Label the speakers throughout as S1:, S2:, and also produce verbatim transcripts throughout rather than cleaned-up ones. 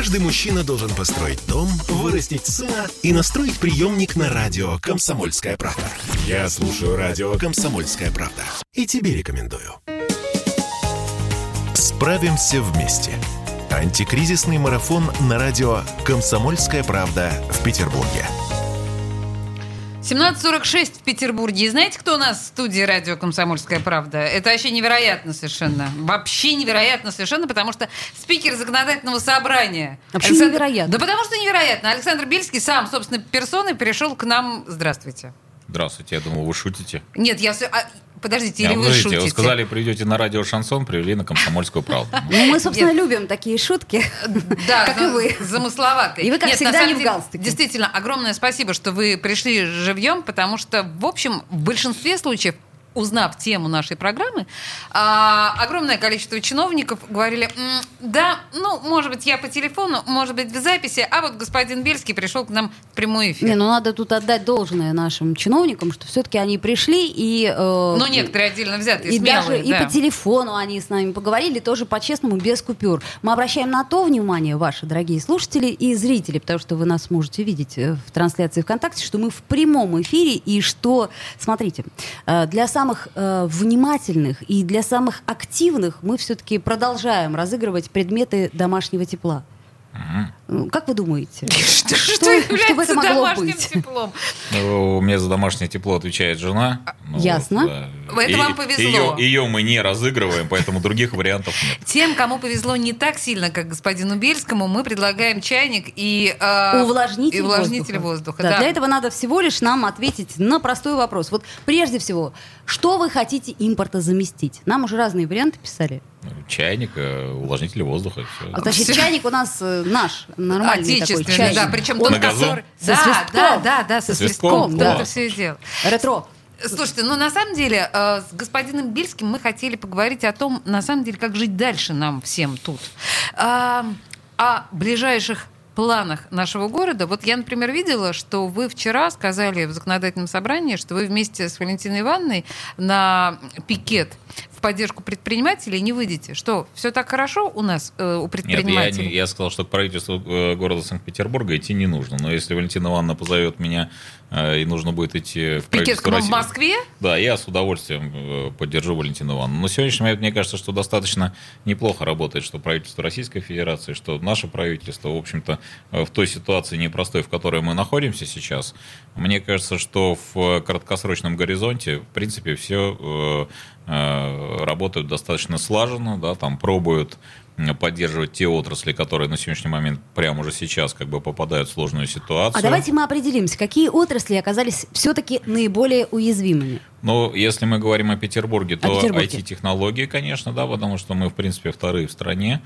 S1: Каждый мужчина должен построить дом, вырастить сына и настроить приемник на радио «Комсомольская правда». Я слушаю радио «Комсомольская правда» и тебе рекомендую. Справимся вместе. Антикризисный марафон на радио «Комсомольская правда» в Петербурге.
S2: семнадцать сорок шесть в Петербурге. И знаете, кто у нас в студии радио «Комсомольская правда»? Это вообще невероятно совершенно. Вообще невероятно совершенно, потому что спикер законодательного собрания.
S3: А почему
S2: Александр...
S3: невероятно?
S2: Да потому что невероятно. Александр Бельский сам, собственно, персоной перешел к нам. Здравствуйте.
S4: Здравствуйте, я думал, вы шутите.
S2: Нет, я все... А, подождите,
S4: Я,
S2: или вы
S4: подождите,
S2: шутите?
S4: Вы сказали, придете на радио «Шансон», привели на «Комсомольскую правду».
S3: Ну, мы, собственно, любим такие шутки,
S2: Да,
S3: как и вы.
S2: Замысловатый.
S3: И вы, как
S2: Нет,
S3: всегда,
S2: на самом
S3: не в
S2: деле,
S3: галстуке.
S2: Действительно, огромное спасибо, что вы пришли живьем, потому что, в общем, в большинстве случаев, узнав тему нашей программы, а, огромное количество чиновников говорили, м, да, ну, может быть, я по телефону, может быть, в записи, а вот господин Бельский пришел к нам в прямой эфир.
S3: Не, ну надо тут отдать должное нашим чиновникам, что все-таки они пришли и... Э,
S2: ну, некоторые отдельно взятые,
S3: и
S2: смелые,
S3: даже
S2: да.
S3: и по телефону они с нами поговорили, тоже по-честному, без купюр. Мы обращаем на то внимание, ваши дорогие слушатели и зрители, потому что вы нас можете видеть в трансляции ВКонтакте, что мы в прямом эфире, и что, смотрите, для самых внимательных и для самых активных мы все-таки продолжаем разыгрывать предметы домашнего тепла. Угу. Как вы думаете?
S2: Что, что,
S3: что
S2: является
S3: бы это могло
S2: домашним
S3: быть?
S2: теплом?
S4: Ну, у меня за домашнее тепло отвечает жена. Ну,
S3: Ясно.
S4: Да.
S2: Это
S4: И,
S2: вам повезло.
S4: Ее, ее мы не разыгрываем, поэтому других вариантов нет.
S2: Тем, кому повезло не так сильно, как господину Бельскому, мы предлагаем чайник и, э,
S3: увлажнитель,
S2: и увлажнитель воздуха.
S3: воздуха. Да,
S2: Да.
S3: Для этого надо всего лишь нам ответить на простой вопрос. Вот прежде всего, что вы хотите импорта заместить? Нам уже разные варианты писали.
S4: Чайник, увлажнитель воздуха. Все.
S3: Значит,
S2: Все.
S3: чайник у нас э, наш, нормальный такой
S2: Отечественный,
S3: чайник.
S2: да, причем
S3: Он
S2: тот,
S4: газу?
S2: который...
S3: Со
S2: да,
S3: свистком.
S2: да, да, да, со
S4: Со свистком?
S2: свистком, да,
S4: Класс.
S2: это все и дело.
S3: Ретро.
S2: Слушайте, ну на самом деле э, с господином Бельским мы хотели поговорить о том, на самом деле, как жить дальше нам всем тут. А, о ближайших планах нашего города. Вот я, например, видела, что вы вчера сказали в законодательном собрании, что вы вместе с Валентиной Ивановной на пикет в поддержку предпринимателей не выйдете. Что, все так хорошо у нас, э, у
S4: Нет,
S2: предпринимателей?
S4: я, не, я сказал, что к правительству э, города Санкт-Петербурга идти не нужно. Но если Валентина Ивановна позовет меня, э, и нужно будет идти в
S2: Пикет к
S4: правительство
S2: нам в
S4: России...
S2: Москве?
S4: Да, я с удовольствием э, поддержу Валентину Ивановну. Но в сегодняшний момент, мне кажется, что достаточно неплохо работает, что правительство Российской Федерации, что наше правительство, в общем-то, э, в той ситуации непростой, в которой мы находимся сейчас. Мне кажется, что в краткосрочном горизонте, в принципе, все... Э, работают достаточно слаженно, да, там пробуют поддерживать те отрасли, которые на сегодняшний момент прямо уже сейчас как бы попадают в сложную ситуацию.
S3: А давайте мы определимся, какие отрасли оказались все-таки наиболее уязвимыми.
S4: Ну, если мы говорим о Петербурге, то
S3: О Петербурге.
S4: ай ти-технологии, конечно, да, потому что мы, в принципе, вторые в стране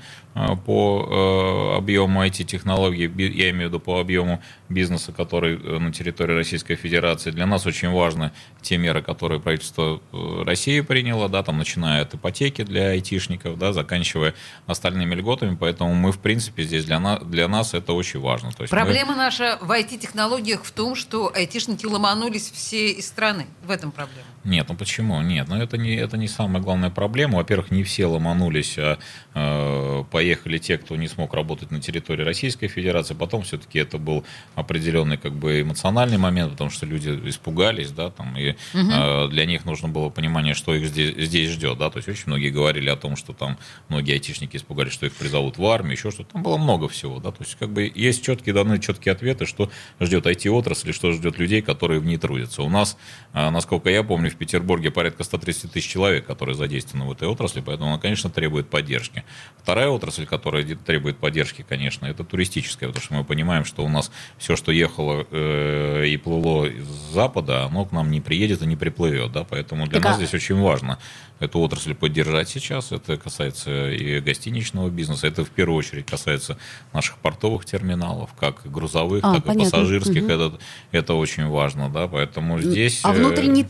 S4: по объему ай ти-технологий, я имею в виду по объему бизнеса, который на территории Российской Федерации. Для нас очень важны те меры, которые правительство России приняло, да, там, начиная от ипотеки для айтишников, да, заканчивая остальными льготами, поэтому мы, в принципе, здесь для нас, для нас это очень важно. То есть
S2: Проблема
S4: мы...
S2: наша в ай ти-технологиях в том, что айтишники ломанулись все из страны. В этом проблема.
S4: Нет, ну почему? Нет, ну это не, это не самая главная проблема. Во-первых, не все ломанулись, а э, поехали те, кто не смог работать на территории Российской Федерации. Потом все-таки это был определенный как бы эмоциональный момент, потому что люди испугались, да, там, и угу. э, для них нужно было понимание, что их здесь, здесь ждет, да, то есть очень многие говорили о том, что там многие айтишники испугались, что их призовут в армию, еще что-то. Там было много всего, да, то есть как бы есть четкие, даны четкие ответы, что ждет ай ти-отрасль, что ждет людей, которые в ней трудятся. У нас, э, насколько я помню, в Петербурге порядка сто тридцать тысяч человек, которые задействованы в этой отрасли, поэтому она, конечно, требует поддержки. Вторая отрасль, которая требует поддержки, конечно, это туристическая, потому что мы понимаем, что у нас все, что ехало э, и плыло с запада, оно к нам не приедет и не приплывет, да, поэтому для
S3: так,
S4: нас здесь очень важно эту отрасль поддержать сейчас. Это касается и гостиничного бизнеса, это в первую очередь касается наших портовых терминалов, как грузовых,
S3: а,
S4: так
S3: понятно.
S4: и пассажирских,
S3: угу.
S4: это, это очень важно, да, поэтому здесь...
S3: А внутренний туризм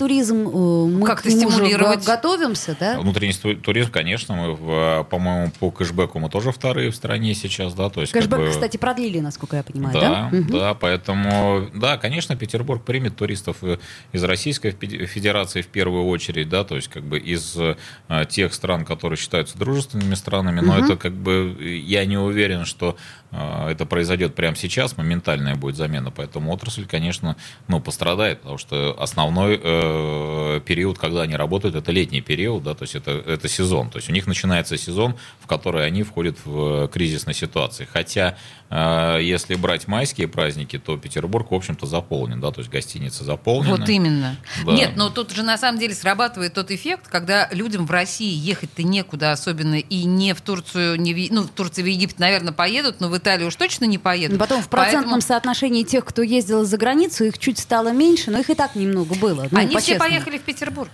S3: мы
S2: Как-то
S3: к нему уже
S2: стимулировать.
S3: го- готовимся, да?
S4: Внутренний туризм, конечно, мы, в, по-моему, по кэшбэку мы тоже вторые в стране сейчас, да, то есть
S3: Кэшбэк,
S4: как бы,
S3: кстати, продлили, насколько я понимаю, да?
S4: да,
S3: Мгм.
S4: да, поэтому, да, конечно, Петербург примет туристов из Российской Федерации в первую очередь, да, то есть как бы из а, тех стран, которые считаются дружественными странами, но
S3: Мгм.
S4: это как бы, я не уверен, что а, это произойдет прямо сейчас, моментальная будет замена, поэтому отрасль, конечно, ну, пострадает, потому что основной э, период, когда они работают, это летний период, да, то есть это, это сезон, то есть у них начинается сезон, в который они входят в кризисной ситуации, хотя э, если брать майские праздники, то Петербург, в общем-то, заполнен, да, то есть гостиницы заполнены.
S2: Вот именно.
S4: Да.
S2: Нет, но тут же на самом деле срабатывает тот эффект, когда людям в России ехать-то некуда особенно, и не в Турцию, не в, ну, в Турцию, в Египет, наверное, поедут, но в Италию уж точно не поедут.
S3: Потом в процентном
S2: Поэтому
S3: соотношении тех, кто ездил за границу, их чуть стало меньше, но их и так немного было. Ну,
S2: они все
S3: по-честному.
S2: поехали в Петербург.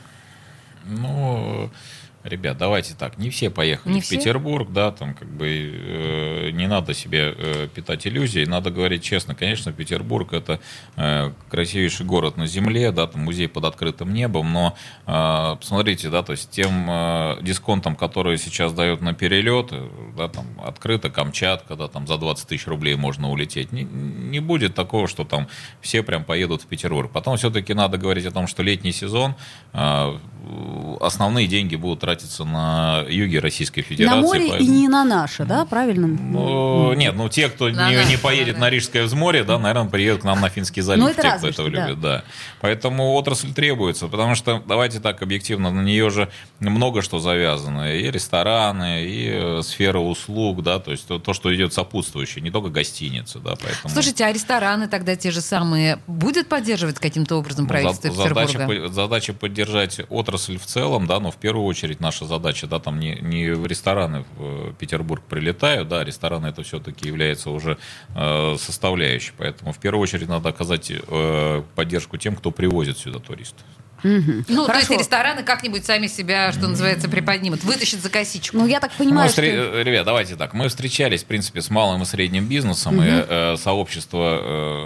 S4: Ну, ребят, давайте так, не все поехали
S2: Не
S4: в
S2: все?
S4: Петербург, да, там как бы э, не надо себе э, питать иллюзий, надо говорить честно, конечно, Петербург это э, красивейший город на земле, да, там музей под открытым небом, но э, посмотрите, да, то есть тем э, дисконтом, который сейчас дают на перелеты, да, там открыто Камчатка, да, там за двадцать тысяч рублей можно улететь, не, не будет такого, что там все прям поедут в Петербург. Потом все-таки надо говорить о том, что летний сезон, э, основные деньги будут тратиться на юге Российской Федерации.
S3: На море
S4: поэтому...
S3: и не на наше, да, правильно?
S4: Ну, нет, ну те, кто
S2: На
S4: не,
S2: наше,
S4: не поедет
S2: да,
S4: на
S2: да.
S4: Рижское взморье, да, наверное, приедут к нам на Финский залив,
S3: Ну, это
S4: те,
S3: разве
S4: кто
S3: что,
S4: этого
S3: да.
S4: любит, да. Поэтому отрасль требуется, потому что, давайте так объективно, на нее же много что завязано, и рестораны, и э, сфера услуг, да, то есть то, то, что идет сопутствующее, не только гостиницы, да, поэтому...
S2: Слушайте, а рестораны тогда те же самые будет поддерживать каким-то образом
S4: Ну,
S2: правительство
S4: за- задача,
S2: Петербурга?
S4: по- задача поддержать отрасль в целом, да, но в первую очередь наша задача, да, там не, не в рестораны в Петербург прилетают, да, рестораны это все-таки является уже э, составляющей, поэтому в первую очередь надо оказать э, поддержку тем, кто привозит сюда туристов.
S3: Мгм.
S2: Ну, то есть
S3: Хорошо.
S2: рестораны как-нибудь сами себя, что называется, приподнимут, вытащат за косичку.
S3: Ну, я так
S4: Мы
S3: понимаю,
S4: встр-
S3: что...
S4: Ребят, давайте так. Мы встречались, в принципе, с малым и средним бизнесом, и э, сообщество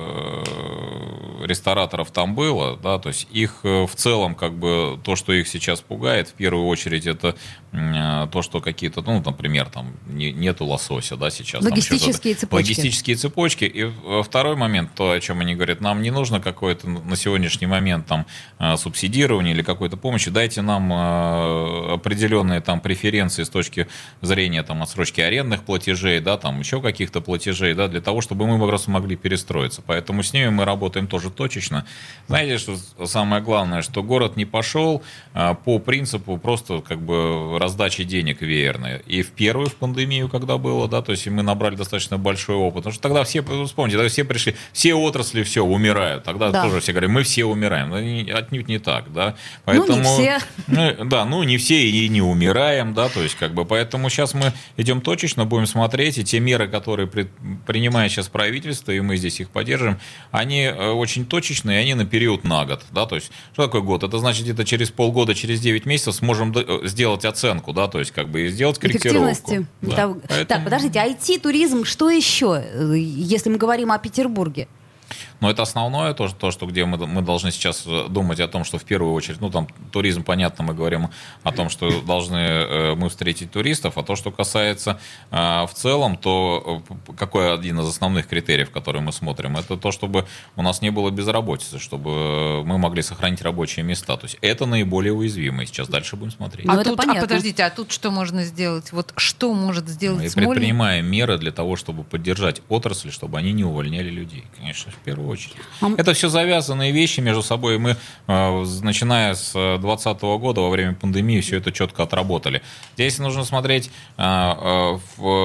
S4: э, рестораторов там было, да, то есть их э, в целом, как бы, то, что их сейчас пугает, в первую очередь, это э, то, что какие-то, ну, например, там не- нету лосося, да, сейчас. там еще
S3: Логистические
S4: что-то.
S3: цепочки.
S4: Логистические цепочки. И э, второй момент, то, о чем они говорят, нам не нужно какое-то на сегодняшний момент там э, субсидирование или какой-то помощи, дайте нам э, определенные там преференции с точки зрения там отсрочки арендных платежей, да, там еще каких-то платежей, да, для того, чтобы мы просто могли перестроиться. Поэтому с ними мы работаем тоже точечно. Знаете, что самое главное, что город не пошел э, по принципу просто как бы раздачи денег веерной. И в первую в пандемию, когда было, да, то есть мы набрали достаточно большой опыт, потому что тогда все, вспомните, тогда все пришли, все отрасли, все, умирают. Тогда
S3: Да.
S4: тоже все говорят, мы все умираем. Но не- отнюдь не так, да.
S3: Ну, не все.
S4: Ну, да, ну не все и не умираем, да, то есть как бы поэтому сейчас мы идем точечно, будем смотреть, и те меры, которые при- принимает сейчас правительство, и мы здесь их поддерживаем, они э, очень точечные, и они на период на год, да, то есть что такое год? Это значит где-то через полгода, через девять месяцев сможем д- э, сделать оценку, да, то есть как бы и сделать корректировку.
S3: Эффективности.
S4: Да.
S3: Так,
S4: Поэтому-
S3: так, подождите, ай ти-туризм, что еще, э, если мы говорим о Петербурге?
S4: Но это основное, то, то, что где мы, мы должны сейчас думать о том, что в первую очередь, ну там туризм, понятно, мы говорим о том, что должны э, мы встретить туристов, а то, что касается э, в целом, то э, какой один из основных критериев, который мы смотрим, это то, чтобы у нас не было безработицы, чтобы мы могли сохранить рабочие места. То есть это наиболее уязвимое. Сейчас дальше будем смотреть.
S3: Ну,
S2: А,
S3: это
S2: тут, а
S3: понятно.
S2: подождите, а тут что можно сделать? Вот что может сделать
S4: Мы
S2: Смольный?
S4: предпринимаем меры для того, чтобы поддержать отрасль, чтобы они не увольняли людей. Конечно, в первую очередь.
S3: А м-
S4: Это все завязанные вещи между собой. И мы, э, начиная с двадцатого года, во время пандемии, все это четко отработали. Здесь нужно смотреть, э, э,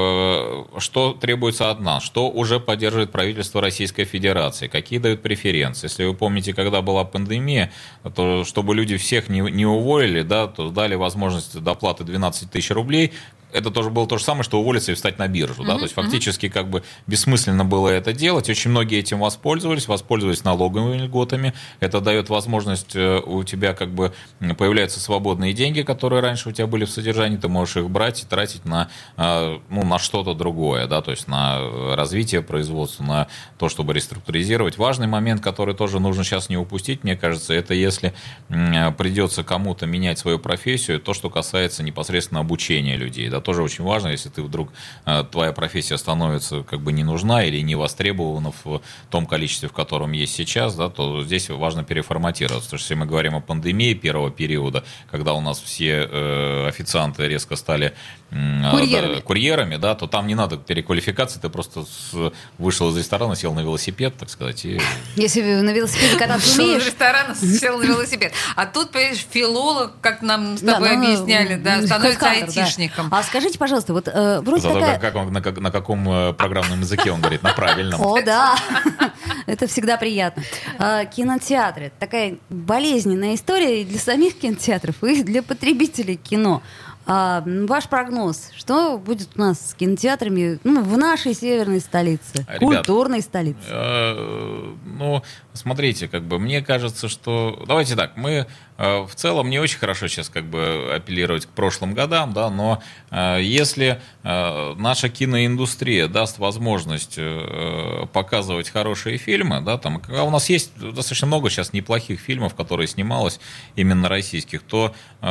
S4: в, э, что требуется от нас, что уже поддерживает правительство Российской Федерации, какие дают преференции. Если вы помните, когда была пандемия, то чтобы люди всех не, не уволили, да, то дали возможность доплаты двенадцать тысяч рублей. это тоже было то же самое, что уволиться и встать на биржу. Mm-hmm. Да? То есть фактически как бы бессмысленно было это делать. Очень многие этим воспользовались, воспользовались налоговыми льготами. Это дает возможность, у тебя как бы появляются свободные деньги, которые раньше у тебя были в содержании, ты можешь их брать и тратить на, ну, на что-то другое, да? То есть на развитие производства, на то, чтобы реструктуризировать. Важный момент, который тоже нужно сейчас не упустить, мне кажется, это если придется кому-то менять свою профессию, то, что касается непосредственно обучения людей. Да? Тоже очень важно, если ты вдруг, твоя профессия становится как бы не нужна или не востребована в том количестве, в котором есть сейчас, да, то здесь важно переформатироваться. Потому что если мы говорим о пандемии первого периода, когда у нас все э, официанты резко стали э,
S3: курьерами.
S4: Да, курьерами, да, то там не надо переквалификации, ты просто с, вышел из ресторана, сел на велосипед, так сказать. И...
S3: Если на велосипеде кататься умеешь.
S2: Вышел из ресторана, сел на велосипед. А тут, понимаешь, филолог, как нам с тобой
S3: да, ну,
S2: объясняли, да, становится
S3: кадр,
S2: айтишником.
S3: Да. А скажите, пожалуйста, вот э, вроде
S4: Зато
S3: такая...
S4: как он, на, на каком программном языке он говорит? На правильном.
S3: О, да. Это всегда приятно. А, кинотеатры. Такая болезненная история и для самих кинотеатров, и для потребителей кино. А, ваш прогноз, что будет у нас с кинотеатрами, ну, в нашей северной столице,
S4: Ребят,
S3: культурной столице?
S4: Э, ну, смотрите, как бы мне кажется, что... Давайте так, мы э, в целом не очень хорошо сейчас как бы апеллировать к прошлым годам, да, но э, если э, наша киноиндустрия даст возможность э, показывать хорошие фильмы, да, там, а у нас есть достаточно много сейчас неплохих фильмов, которые снималось именно российских, то э,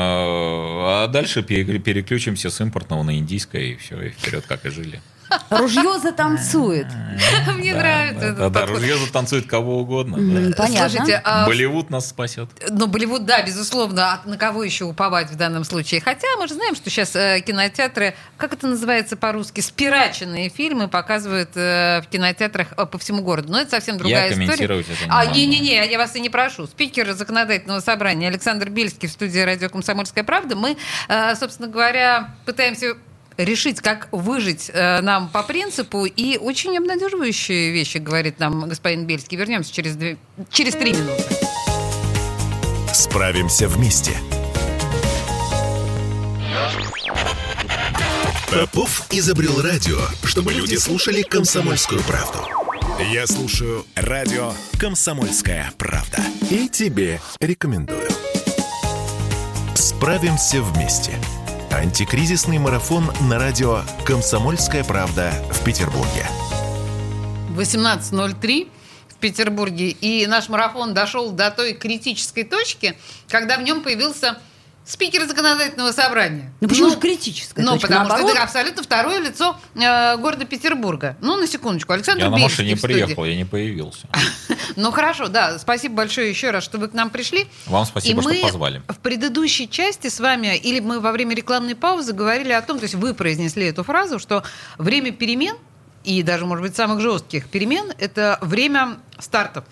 S4: а дальше переключимся с импортного на индийское, и все, и вперед, как и жили.
S3: Ружье затанцует.
S2: Мне
S4: Да,
S2: нравится
S4: да,
S2: этот
S4: да, да,
S2: подход.
S4: ружье затанцует кого угодно.
S3: М,
S4: Да.
S3: Понятно.
S2: Слушайте, а
S4: Болливуд нас спасет.
S2: ну, Болливуд, да, безусловно. А на кого еще уповать в данном случае? Хотя мы же знаем, что сейчас э, кинотеатры, как это называется по-русски, спираченные фильмы показывают э, в кинотеатрах э, по всему городу. Но это совсем другая
S4: Я
S2: история.
S4: комментировать это не
S2: А,
S4: могу.
S2: не-не-не, я вас и не прошу. Спикер законодательного собрания Александр Бельский в студии «Радио Комсомольская правда». Мы, э, собственно говоря, пытаемся... решить, как выжить э, нам по принципу, и очень обнадеживающие вещи говорит нам господин Бельский. Вернемся через, две, через три минуты.
S1: Справимся вместе. Попов изобрел радио, чтобы люди слушали «Комсомольскую правду». Я слушаю радио «Комсомольская правда». И тебе рекомендую. Справимся вместе. Антикризисный марафон на радио «Комсомольская правда» в Петербурге.
S2: восемнадцать ноль три в Петербурге. И наш марафон дошел до той критической точки, когда в нем появился спикер законодательного собрания.
S3: Ну почему же критическая
S2: Ну,
S3: точка?
S2: потому
S3: Наоборот?
S2: что это абсолютно второе лицо э, города Петербурга. Ну, на секундочку. Александр
S4: Я на
S2: Бельский
S4: машине
S2: в студии.
S4: приехал, я не появился.
S2: Ну, хорошо, да. Спасибо большое еще раз, что вы к нам пришли.
S4: Вам спасибо,
S2: И мы
S4: что позвали.
S2: в предыдущей части с вами, или мы во время рекламной паузы говорили о том, то есть вы произнесли эту фразу, что время перемен, и даже, может быть, самых жестких перемен, это время стартов.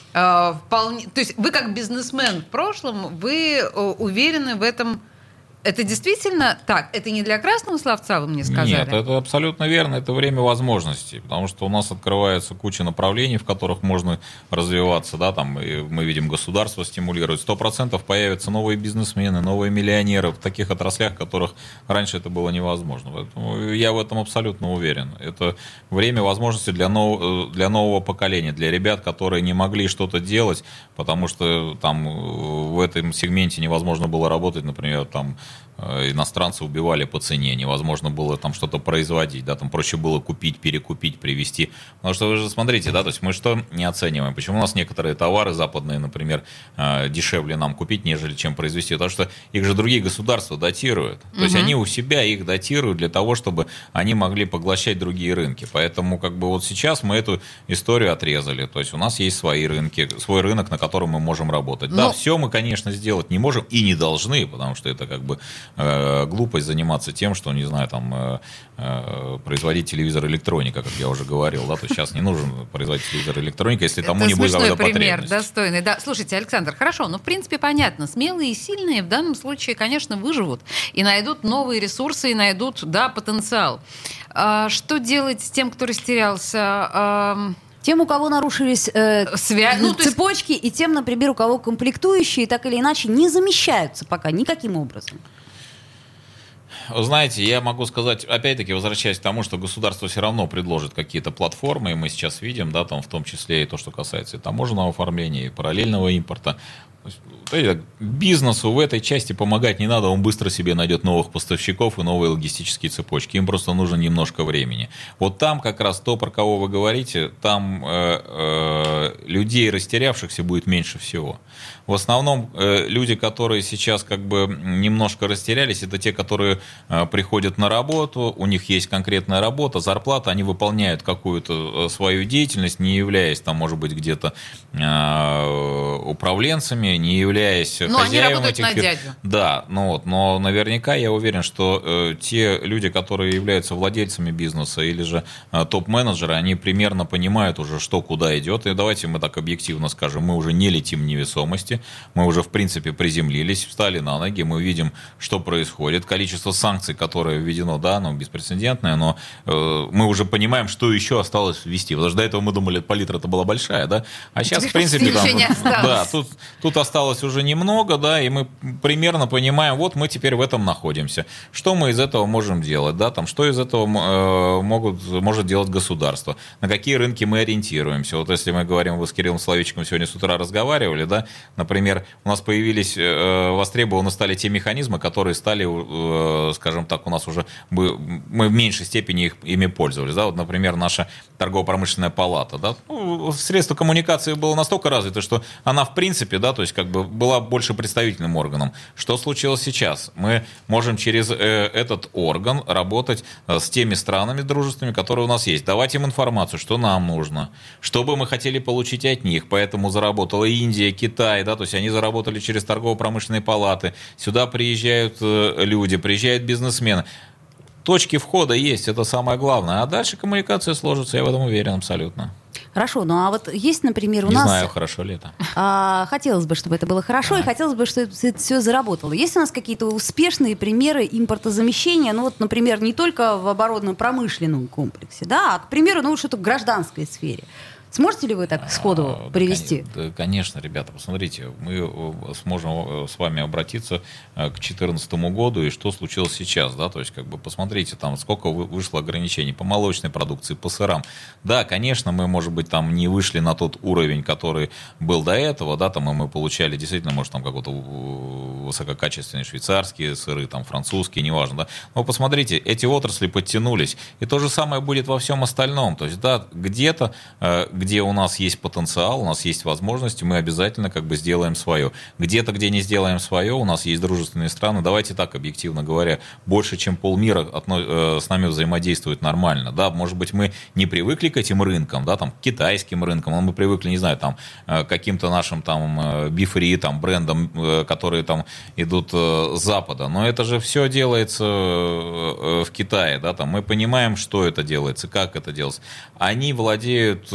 S2: Э, вполне, то есть вы как бизнесмен в прошлом, вы э, уверены в этом. Это действительно так? Это не для красного словца, вы мне сказали?
S4: Нет, это абсолютно верно. Это время возможностей, потому что у нас открывается куча направлений, в которых можно развиваться. Да, там, и мы видим, государство стимулирует. Сто процентов появятся новые бизнесмены, новые миллионеры в таких отраслях, в которых раньше это было невозможно. Поэтому я в этом абсолютно уверен. Это время возможностей для, нов... для нового поколения, для ребят, которые не могли что-то делать, потому что там в этом сегменте невозможно было работать, например, там иностранцы убивали по цене, невозможно было там что-то производить, да, там проще было купить, перекупить, привезти. Потому что вы же смотрите, да, то есть мы что не оцениваем? Почему у нас некоторые товары западные, например, дешевле нам купить, нежели чем произвести? Потому что их же другие государства датируют. То есть они у себя их датируют для того, чтобы они могли поглощать другие рынки. Поэтому как бы вот сейчас мы эту историю отрезали. То есть у нас есть свои рынки, свой рынок, на котором мы можем работать. Но... Да, все мы, конечно, сделать не можем и не должны, потому что это как бы э, глупость заниматься тем, что, не знаю, там э, э, производить телевизор электроника, как я уже говорил. Да? То есть сейчас не нужен производить телевизор электроника, если тому
S2: это
S4: не будет какой-то
S2: пример,
S4: потребности.
S2: достойный. Да. Слушайте, Александр, хорошо, но в принципе понятно. Смелые и сильные в данном случае, конечно, выживут и найдут новые ресурсы, и найдут, да, потенциал. А, что делать с тем, кто растерялся? А,
S3: Тем, у кого нарушились э,
S2: Свя... ну, то есть-
S3: цепочки, и тем, например, у кого комплектующие так или иначе не замещаются пока никаким образом.
S4: знаете, я могу сказать, опять-таки, возвращаясь к тому, что государство все равно предложит какие-то платформы, и мы сейчас видим, да, там в том числе и то, что касается и таможенного оформления, и параллельного импорта. Бизнесу в этой части помогать не надо, он быстро себе найдет новых поставщиков и новые логистические цепочки. Им просто нужно немножко времени. Вот там как раз то, про кого вы говорите, там э, э, людей, растерявшихся, будет меньше всего. В основном э, люди, которые сейчас как бы немножко растерялись, это те, которые э, приходят на работу, у них есть конкретная работа, зарплата, они выполняют какую-то свою деятельность, не являясь там, может быть, где-то э, управленцами, не являясь
S2: но
S4: хозяевом
S2: они
S4: этих
S2: на
S4: фирм.
S2: дядю.
S4: Да, ну вот, но наверняка я уверен, что э, те люди, которые являются владельцами бизнеса или же э, топ-менеджеры, они примерно понимают уже, что куда идет. И давайте мы так объективно скажем, мы уже не летим в невесомости, мы уже в принципе приземлились, встали на ноги, мы видим, что происходит. Количество санкций, которое введено, да, оно беспрецедентное, но э, мы уже понимаем, что еще осталось ввести. Потому что до этого мы думали, палитра-то была большая, да, а сейчас в принципе там, да, тут, тут осталось уже немного, да, и мы примерно понимаем, вот мы теперь в этом находимся. Что мы из этого можем делать, да, там, что из этого э, могут, может делать государство, на какие рынки мы ориентируемся. Вот если мы говорим, вы с Кириллом Соловейчиком сегодня с утра разговаривали, да, например, у нас появились, э, востребованы стали те механизмы, которые стали, э, скажем так, у нас уже, мы в меньшей степени их, ими пользовались, да, вот, например, наша торгово-промышленная палата, да, ну, средство коммуникации было настолько развито, что она, в принципе, да, то есть, как бы, была больше представительным органом. Что случилось сейчас? Мы можем через э, этот орган работать э, с теми странами дружественными, которые у нас есть. Давать им информацию, что нам нужно, что бы мы хотели получить от них. Поэтому заработала Индия, Китай, да, то есть они заработали через торгово-промышленные палаты. Сюда приезжают э, люди, приезжают бизнесмены. Точки входа есть, это самое главное. А дальше коммуникация сложится, я в этом уверен абсолютно.
S3: Хорошо, ну а вот есть, например, у
S4: Не
S3: нас...
S4: Не знаю, хорошо ли это.
S3: А, хотелось бы, чтобы это было хорошо, а. и хотелось бы, чтобы это все заработало. Есть у нас какие-то успешные примеры импортозамещения, ну вот, например, не только в оборонно-промышленном комплексе, да, а, к примеру, ну что-то в гражданской сфере. Сможете ли вы так сходу а, привести?
S4: Да, конечно, ребята, посмотрите, мы сможем с вами обратиться к две тысячи четырнадцатому году, и что случилось сейчас, да, то есть, как бы, посмотрите, там, сколько вышло ограничений по молочной продукции, по сырам. Да, конечно, мы, может быть, там не вышли на тот уровень, который был до этого, да, там, и мы получали действительно, может, там, какой-то высококачественные швейцарские сыры, там, французские, неважно, да, но посмотрите, эти отрасли подтянулись, и то же самое будет во всем остальном, то есть, да, где-то где у нас есть потенциал, у нас есть возможности, мы обязательно как бы сделаем свое. Где-то, где не сделаем свое, у нас есть дружественные страны, давайте так, объективно говоря, больше, чем полмира отно- с нами взаимодействует нормально, да, может быть, мы не привыкли к этим рынкам, да, там, к китайским рынкам, но мы привыкли, не знаю, там, к каким-то нашим, там, бифри, там, брендам, которые, там, идут с Запада, но это же все делается в Китае, да, там, мы понимаем, что это делается, как это делается. Они владеют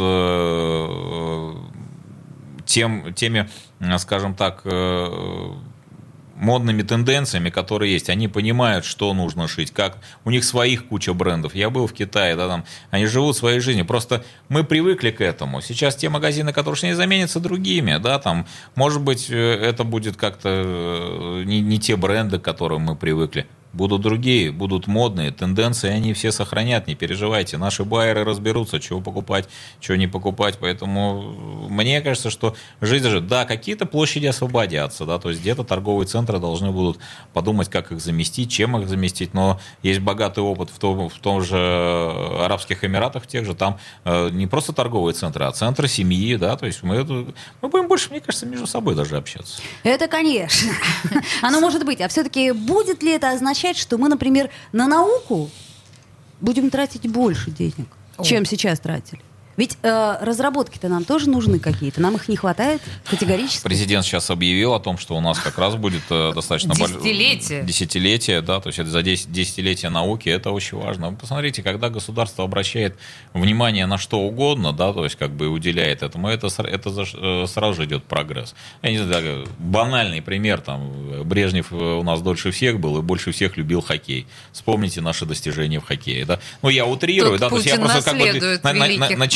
S4: тем, теми, скажем так, модными тенденциями, которые есть. Они понимают, что нужно шить, как. У них своих куча брендов. Я был в Китае, да, там, они живут своей жизнью. Просто мы привыкли к этому. Сейчас те магазины, которые не заменятся другими, да, там, может быть, это будет как-то не, не те бренды, к которым мы привыкли. Будут другие, будут модные, тенденции они все сохранят, не переживайте. Наши байеры разберутся, чего покупать, чего не покупать. Поэтому мне кажется, что жизнь же, да, какие-то площади освободятся, да, то есть где-то торговые центры должны будут подумать, как их заместить, чем их заместить. Но есть богатый опыт в том, в том же Арабских Эмиратах, тех же, там э, не просто торговые центры, а центры семьи, да, то есть мы, мы будем больше, мне кажется, между собой даже общаться.
S3: Это, конечно. Оно может быть. А все-таки будет ли это означать, что мы, например, на науку будем тратить больше денег, О. чем сейчас тратили? Ведь э, разработки-то нам тоже нужны какие-то, нам их не хватает категорически.
S4: Президент сейчас объявил о том, что у нас как раз будет э, достаточно
S2: десятилетие.
S4: Больш... десятилетие, да, то есть это за десять, десятилетие науки, это очень важно. Вы посмотрите, когда государство обращает внимание на что угодно, да, то есть как бы уделяет этому, это, это за, сразу же идет прогресс. Я не знаю, банальный пример, там, Брежнев у нас дольше всех был и больше всех любил хоккей. Вспомните наши достижения в хоккее, да. Ну, я утрирую,
S2: Тут
S4: да,
S2: Путин
S4: то есть я просто как бы
S2: на, на,
S4: начал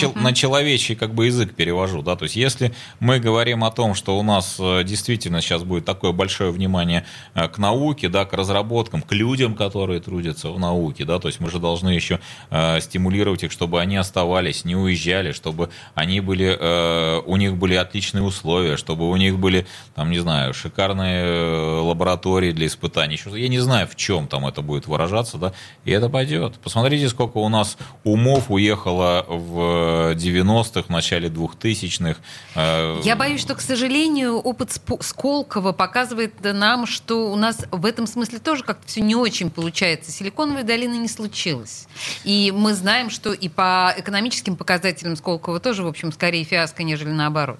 S4: чел, на человечий как бы язык перевожу, да, то есть если мы говорим о том, что у нас действительно сейчас будет такое большое внимание к науке, да, к разработкам, к людям, которые трудятся в науке, да, то есть мы же должны еще э, стимулировать их, чтобы они оставались, не уезжали, чтобы они были, э, у них были отличные условия, чтобы у них были, там, не знаю, шикарные лаборатории для испытаний, я не знаю, в чем там это будет выражаться, да, и это пойдет. Посмотрите, сколько у нас умов уехало в девяностых, в начале двухтысячных.
S2: Я боюсь, что, к сожалению, опыт Сколково показывает нам, что у нас в этом смысле тоже как-то все не очень получается. Силиконовой долины не случилось. И мы знаем, что и по экономическим показателям Сколково тоже, в общем, скорее фиаско, нежели наоборот.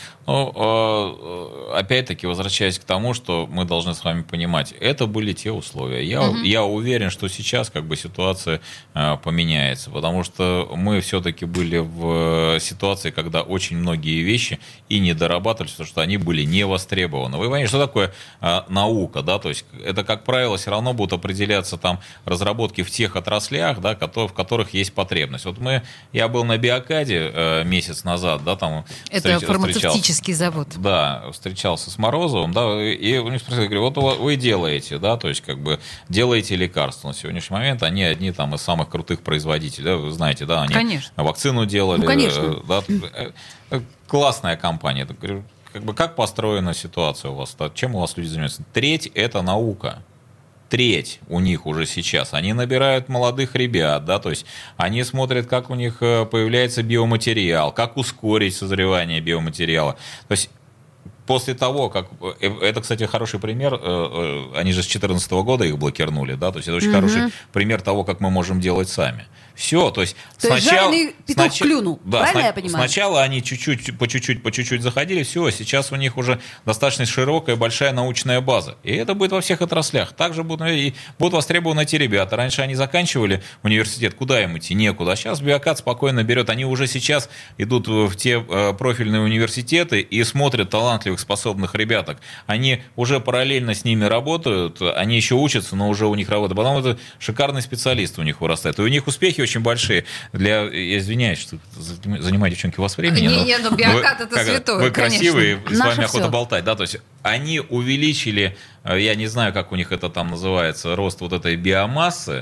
S4: Ну, опять-таки, возвращаясь к тому, что мы должны с вами понимать, это были те условия. Я, угу. я уверен, что сейчас как бы ситуация поменяется, потому что мы все-таки были в ситуации, когда очень многие вещи и не дорабатывались, потому что они были не востребованы. Вы понимаете, что такое наука, да? То есть это, как правило, все равно будут определяться там разработки в тех отраслях, да, в которых есть потребность. Вот мы, я был на Биокаде месяц назад, да, там
S2: это фармацевтический завод.
S4: Да, встречался с Морозовым, да, и у них спросили, говорю, вот вы делаете, да, то есть как бы делаете лекарства. На сегодняшний момент они одни там из самых крутых производителей, да, вы знаете, да, они
S2: конечно.
S4: Вакцину делали.
S3: Ну, конечно.
S4: Да, классная компания. Говорю, как бы как построена ситуация у вас? Чем у вас люди занимаются? Треть – это наука. Треть у них уже сейчас. Они набирают молодых ребят, да, то есть они смотрят, как у них появляется биоматериал, как ускорить созревание биоматериала. То есть после того, как... Это, кстати, хороший пример. Они же с две тысячи четырнадцатого года их блокирнули, да, то есть это очень угу. хороший пример того, как мы можем делать сами. Все, то есть...
S3: То
S4: сначала,
S3: есть жареный петух
S4: снач...
S3: клюнул,
S4: да,
S3: правильно
S4: сна...
S3: я понимаю?
S4: Сначала они чуть-чуть, по чуть-чуть, по чуть-чуть заходили, все, сейчас у них уже достаточно широкая, большая научная база. И это будет во всех отраслях. Также будут, и будут востребованы те ребята. Раньше они заканчивали университет, куда им идти? Некуда. А сейчас Биокад спокойно берет. Они уже сейчас идут в те профильные университеты и смотрят талантливых, способных ребяток. Они уже параллельно с ними работают, они еще учатся, но уже у них работа. Потом это шикарный специалист у них вырастает. И у них успехи очень большие. Для, я извиняюсь, что занимаю, девчонки, у вас времени.
S2: Не, не, ну Биокад это святое,
S4: вы красивые, и с вами охота
S3: все.
S4: болтать. Да? То есть они увеличили, я не знаю, как у них это там называется, рост вот этой биомассы,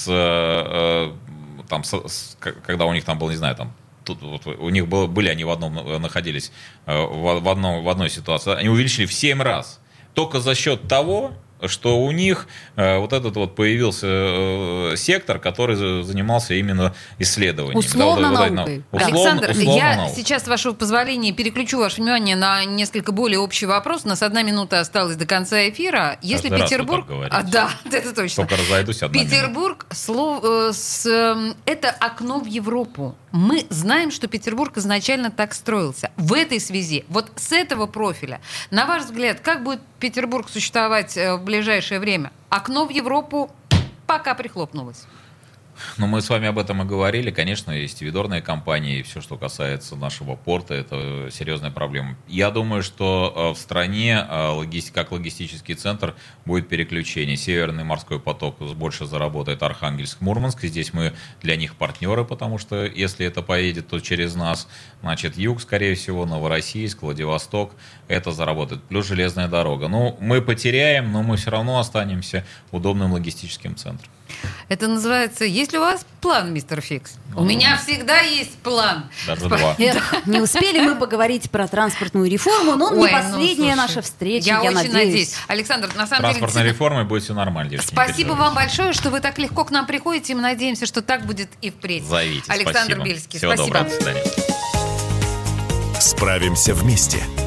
S4: с, там, с, с, когда у них там был, не знаю, там, тут вот у них было, были они в одном, находились в, в, одном, в одной ситуации, они увеличили в семь раз. Только за счет того, что у них э, вот этот вот появился э, сектор, который занимался именно исследованием.
S3: Условно
S4: да, вот,
S3: наукой.
S4: Вот, условно,
S2: Александр,
S4: условно
S2: я
S4: наука.
S2: сейчас, с вашего позволения, переключу ваше внимание на несколько более общий вопрос. У нас одна минута осталась до конца эфира. Если
S4: Каждый
S2: Петербург...
S4: раз
S2: А, да, это точно.
S4: Только разойдусь одна
S2: Петербург слов, э, с, э, это окно в Европу. Мы знаем, что Петербург изначально так строился. В этой связи, вот с этого профиля, на ваш взгляд, как будет Петербург существовать в ближайшее время? Окно в Европу пока прихлопнулось.
S4: Ну, мы с вами об этом и говорили. Конечно, есть ведорные компании, и все, что касается нашего порта, это серьезная проблема. Я думаю, что в стране, как логистический центр, будет переключение. Северный морской поток больше заработает Архангельск, Мурманск. Здесь мы для них партнеры, потому что если это поедет, то через нас. Значит, юг, скорее всего, Новороссийск, Владивосток, это заработает. Плюс железная дорога. Ну, мы потеряем, но мы все равно останемся удобным логистическим центром.
S2: Это называется «Есть ли у вас план, мистер Фикс?» У
S4: Ну,
S2: меня всегда есть план.
S4: Даже два.
S3: Эх, не успели мы поговорить про транспортную реформу, но
S2: Ой,
S3: не
S2: ну,
S3: последняя
S2: слушай,
S3: наша встреча,
S2: Я,
S3: я
S2: очень
S3: надеюсь.
S2: надеюсь. Александр, на самом
S4: Транспортной
S2: деле...
S4: реформой будет все нормально, девушки. не
S2: Спасибо
S4: переживайте.
S2: вам большое, что вы так легко к нам приходите. Мы надеемся, что так будет и впредь.
S4: Зовите.
S2: Александр
S4: Спасибо.
S2: Бельский,
S4: Всего
S2: спасибо.
S4: доброго. До свидания.
S1: Справимся вместе.